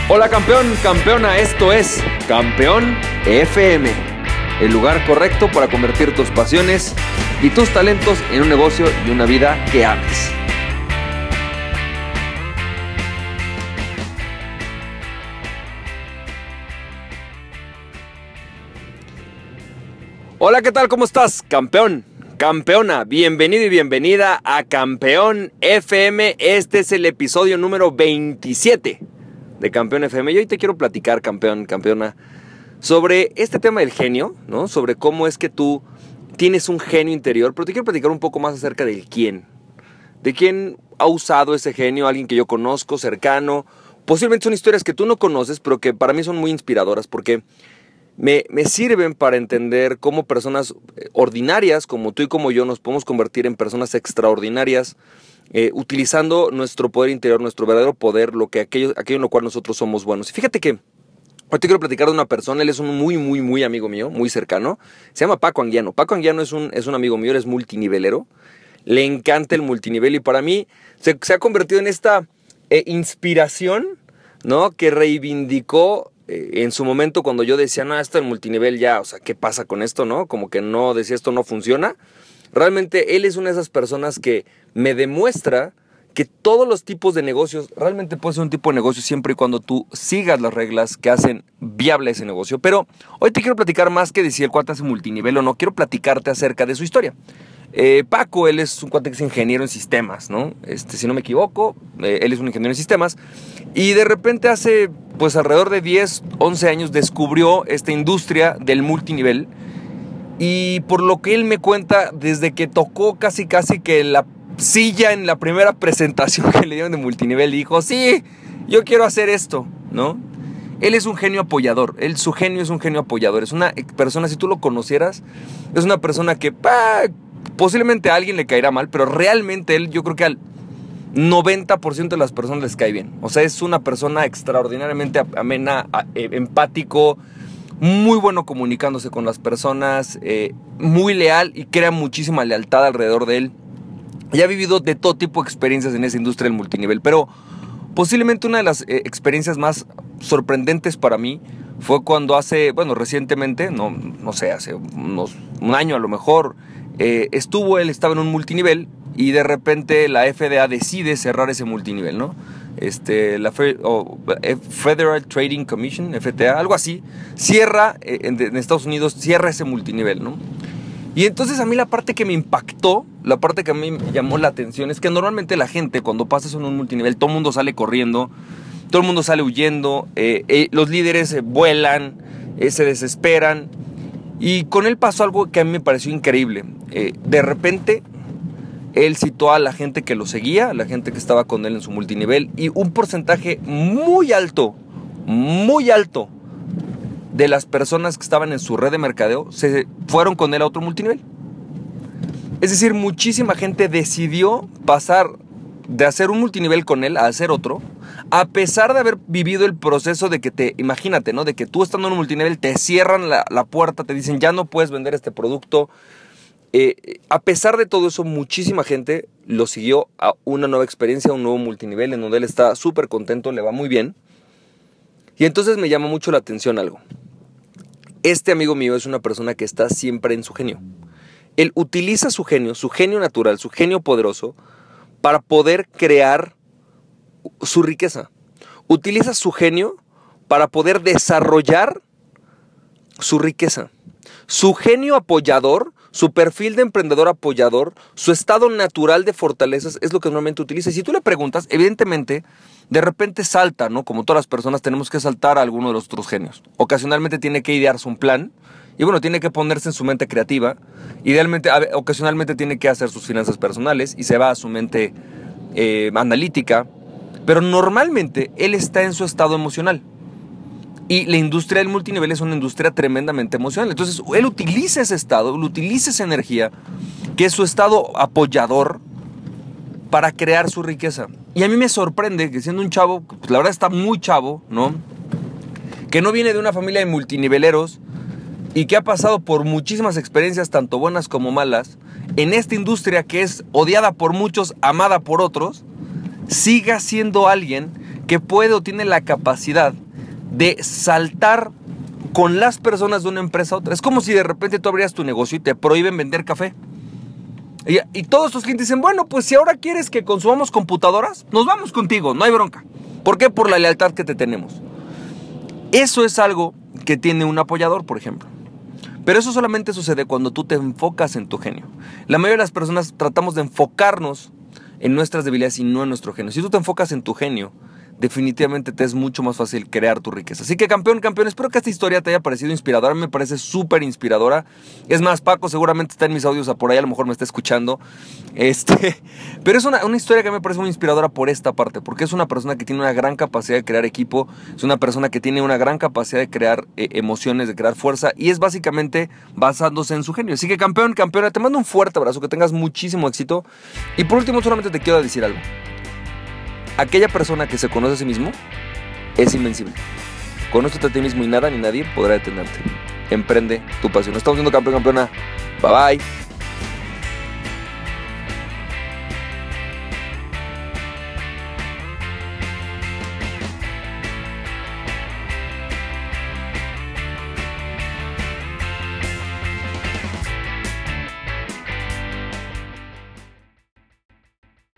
Hola campeón, campeona, esto es Campeón FM, el lugar correcto para convertir tus pasiones y tus talentos en un negocio y una vida que ames. Hola, ¿qué tal? ¿Cómo estás, campeón? Campeona, bienvenido y bienvenida a Campeón FM. Este es el episodio número 27 de Campeón FM. Y hoy te quiero platicar, campeón, campeona, sobre este tema del genio, ¿no? Sobre cómo es que tú tienes un genio interior, pero te quiero platicar un poco más acerca del quién. De quién ha usado ese genio, alguien que yo conozco, cercano. Posiblemente son historias que tú no conoces, pero que para mí son muy inspiradoras porque me sirven para entender cómo personas ordinarias como tú y como yo nos podemos convertir en personas extraordinarias, utilizando nuestro poder interior, nuestro verdadero poder, aquello en lo cual nosotros somos buenos. Y fíjate que hoy te quiero platicar de una persona. Él es un muy amigo mío, muy cercano. Se llama Paco Anguiano. Paco Anguiano es un amigo mío, él es multinivelero. Le encanta el multinivel y para mí se ha convertido en esta inspiración, ¿no? Que reivindicó en su momento cuando yo decía, no, esto del multinivel ya, o sea, ¿qué pasa con esto, no? Como que no, decía, esto no funciona. Realmente él es una de esas personas que me demuestra que todos los tipos de negocios, realmente puede ser un tipo de negocio siempre y cuando tú sigas las reglas que hacen viable ese negocio. Pero hoy te quiero platicar más que de si el cuate hace multinivel o no, quiero platicarte acerca de su historia. Paco, él es un cuate que es ingeniero en sistemas, ¿no? Si no me equivoco, él es un ingeniero en sistemas. Y de repente hace, pues alrededor de 10, 11 años descubrió esta industria del multinivel. Y por lo que él me cuenta, desde que tocó casi que la silla en la primera presentación que le dieron de multinivel, dijo, sí, yo quiero hacer esto, ¿no? Él es un genio apoyador, su genio es un genio apoyador. Es una persona, si tú lo conocieras, es una persona que posiblemente a alguien le caerá mal, pero realmente él, yo creo que al 90% de las personas les cae bien. O sea, es una persona extraordinariamente amena, empático, muy bueno comunicándose con las personas, muy leal y crea muchísima lealtad alrededor de él. Y ha vivido de todo tipo de experiencias en esa industria del multinivel, pero posiblemente una de las experiencias más sorprendentes para mí fue cuando recientemente, no sé, hace un año a lo mejor, él estaba en un multinivel y de repente la FDA decide cerrar ese multinivel, ¿no? La Federal Trading Commission, FTA, algo así, cierra, en Estados Unidos, cierra ese multinivel, ¿no? Y entonces a mí la parte que me impactó, la parte que a mí me llamó la atención es que normalmente la gente cuando pasas en un multinivel, todo el mundo sale corriendo, todo el mundo sale huyendo, los líderes vuelan, se desesperan. Y con él pasó algo que a mí me pareció increíble. De repente, él citó a la gente que lo seguía, a la gente que estaba con él en su multinivel, y un porcentaje muy alto de las personas que estaban en su red de mercadeo se fueron con él a otro multinivel. Es decir, muchísima gente decidió pasar de hacer un multinivel con él a hacer otro, a pesar de haber vivido el proceso de que imagínate, ¿no? De que tú estando en un multinivel te cierran la puerta, te dicen ya no puedes vender este producto. A pesar de todo eso, muchísima gente lo siguió a una nueva experiencia, a un nuevo multinivel en donde él está súper contento, le va muy bien. Y entonces me llama mucho la atención algo. Este amigo mío es una persona que está siempre en su genio. Él utiliza su genio natural, su genio poderoso, para poder crear su riqueza. Utiliza su genio para poder desarrollar su riqueza. Su genio apoyador, su perfil de emprendedor apoyador, su estado natural de fortalezas es lo que normalmente utiliza. Y si tú le preguntas, evidentemente, de repente salta, ¿no? Como todas las personas tenemos que saltar a alguno de los otros genios. Ocasionalmente tiene que idearse un plan y bueno, tiene que ponerse en su mente creativa. Idealmente, ocasionalmente tiene que hacer sus finanzas personales y se va a su mente analítica. Pero normalmente él está en su estado emocional. Y la industria del multinivel es una industria tremendamente emocional. Entonces, él utiliza ese estado, él utiliza esa energía, que es su estado apoyador, para crear su riqueza. Y a mí me sorprende que siendo un chavo, pues la verdad está muy chavo, ¿no? Que no viene de una familia de multiniveleros y que ha pasado por muchísimas experiencias, tanto buenas como malas, en esta industria que es odiada por muchos, amada por otros, siga siendo alguien que puede o tiene la capacidad de saltar con las personas de una empresa a otra. Es como si de repente tú abrieras tu negocio y te prohíben vender café. Y todos tus clientes dicen, bueno, pues si ahora quieres que consumamos computadoras, nos vamos contigo, no hay bronca. ¿Por qué? Por la lealtad que te tenemos. Eso es algo que tiene un apoyador, por ejemplo. Pero eso solamente sucede cuando tú te enfocas en tu genio. La mayoría de las personas tratamos de enfocarnos en nuestras debilidades y no en nuestro genio. Si tú te enfocas en tu genio, definitivamente te es mucho más fácil crear tu riqueza. Así que campeón, espero que esta historia te haya parecido inspiradora. A mí me parece súper inspiradora. Es más, Paco seguramente está en mis audios, por ahí a lo mejor me está escuchando. Pero es una historia que me parece muy inspiradora por esta parte, porque es una persona que tiene una gran capacidad de crear equipo, es una persona que tiene una gran capacidad de crear emociones, de crear fuerza, y es básicamente basándose en su genio. Así que campeona, te mando un fuerte abrazo, que tengas muchísimo éxito. Y por último, solamente te quiero decir algo. Aquella persona que se conoce a sí mismo es invencible. Conócete a ti mismo y nada ni nadie podrá detenerte. Emprende tu pasión. Estamos viendo campeona. Bye bye.